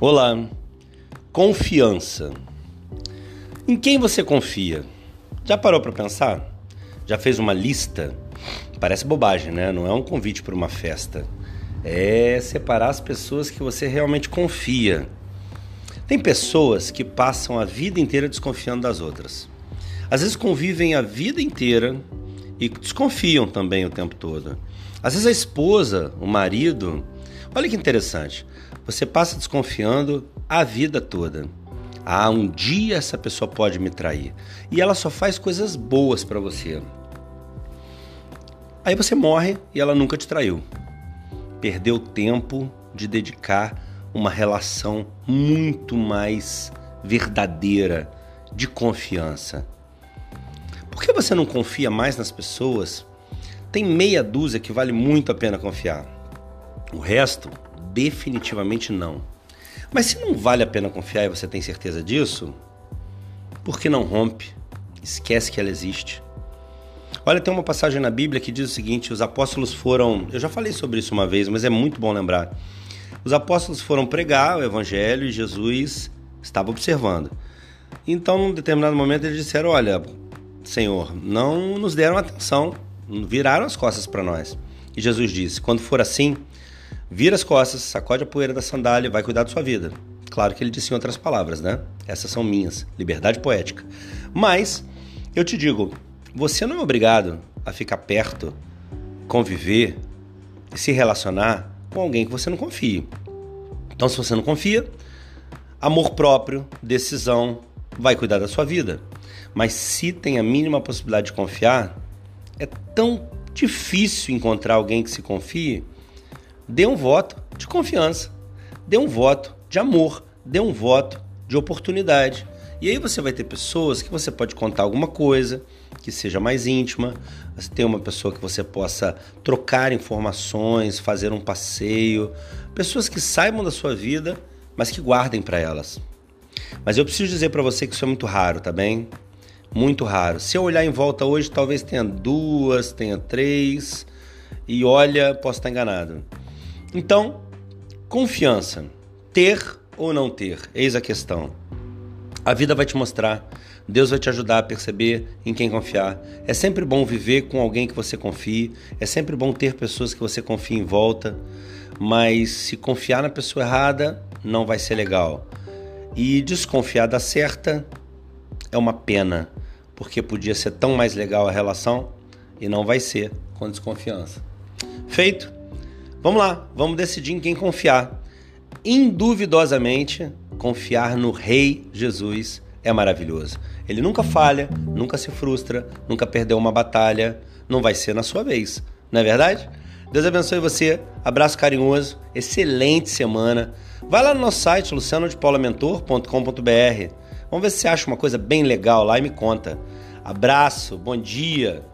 Olá, confiança. Em quem você confia? Já parou para pensar? Já fez uma lista? Parece bobagem, né? Não é um convite para uma festa. É separar as pessoas que você realmente confia. Tem pessoas que passam a vida inteira desconfiando das outras. Às vezes convivem a vida inteira e desconfiam também o tempo todo. Às vezes a esposa, o marido... Olha que interessante. Você passa desconfiando a vida toda. Um dia essa pessoa pode me trair. E ela só faz coisas boas pra você. Aí você morre e ela nunca te traiu. Perdeu tempo de dedicar uma relação muito mais verdadeira, de confiança. Por que você não confia mais nas pessoas? Tem meia dúzia que vale muito a pena confiar. O resto, definitivamente não. Mas se não vale a pena confiar e você tem certeza disso, por que não rompe? Esquece que ela existe. Olha, tem uma passagem na Bíblia que diz o seguinte: os apóstolos foram... Eu já falei sobre isso uma vez, mas é muito bom lembrar. Os apóstolos foram pregar o evangelho e Jesus estava observando. Então, num determinado momento, eles disseram: olha, Senhor, não nos deram atenção, viraram as costas para nós. E Jesus disse: quando for assim, vira as costas, sacode a poeira da sandália e vai cuidar da sua vida. Claro que ele disse em outras palavras, né? Essas são minhas, liberdade poética. Mas, eu te digo, você não é obrigado a ficar perto, conviver e se relacionar com alguém que você não confie. Então, se você não confia, amor próprio, decisão, vai cuidar da sua vida. Mas se tem a mínima possibilidade de confiar, é tão difícil encontrar alguém que se confie. Dê um voto de confiança, dê um voto de amor, dê um voto de oportunidade. E aí você vai ter pessoas que você pode contar alguma coisa que seja mais íntima, você tem uma pessoa que você possa trocar informações, fazer um passeio, pessoas que saibam da sua vida, mas que guardem para elas. Mas eu preciso dizer para você que isso é muito raro, tá bem? Muito raro. Se eu olhar em volta hoje, talvez tenha 2, tenha 3, e olha, posso estar enganado. Então, confiança, ter ou não ter, eis a questão. A vida vai te mostrar, Deus vai te ajudar a perceber em quem confiar. É sempre bom viver com alguém que você confie, é sempre bom ter pessoas que você confie em volta, mas se confiar na pessoa errada, não vai ser legal. E desconfiar da certa é uma pena, porque podia ser tão mais legal a relação e não vai ser com desconfiança. Feito? Vamos lá, vamos decidir em quem confiar. Induvidosamente, confiar no Rei Jesus é maravilhoso. Ele nunca falha, nunca se frustra, nunca perdeu uma batalha. Não vai ser na sua vez, não é verdade? Deus abençoe você, abraço carinhoso, excelente semana. Vai lá no nosso site, lucianodepaulamentor.com.br. Vamos ver se você acha uma coisa bem legal lá e me conta. Abraço, bom dia.